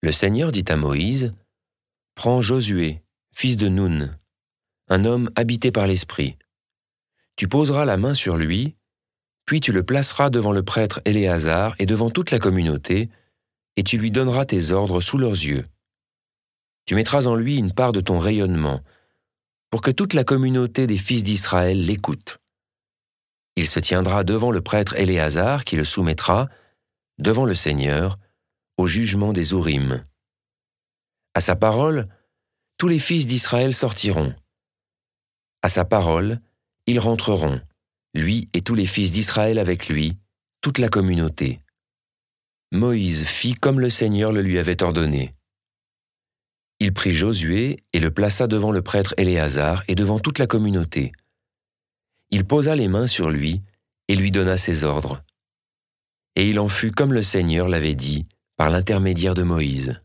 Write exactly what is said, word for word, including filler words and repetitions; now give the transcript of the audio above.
Le Seigneur dit à Moïse, « Prends Josué, fils de Nun, un homme habité par l'Esprit. Tu poseras la main sur lui, puis tu le placeras devant le prêtre Éléazar et devant toute la communauté, et tu lui donneras tes ordres sous leurs yeux. Tu mettras en lui une part de ton rayonnement, pour que toute la communauté des fils d'Israël l'écoute. Il se tiendra devant le prêtre Éléazar qui le soumettra, devant le Seigneur, au jugement des Ourim. À sa parole, tous les fils d'Israël sortiront. À sa parole, ils rentreront, lui et tous les fils d'Israël avec lui, toute la communauté. » Moïse fit comme le Seigneur le lui avait ordonné. Il prit Josué et le plaça devant le prêtre Éléazar et devant toute la communauté. Il posa les mains sur lui et lui donna ses ordres. Et il en fut comme le Seigneur l'avait dit par l'intermédiaire de Moïse.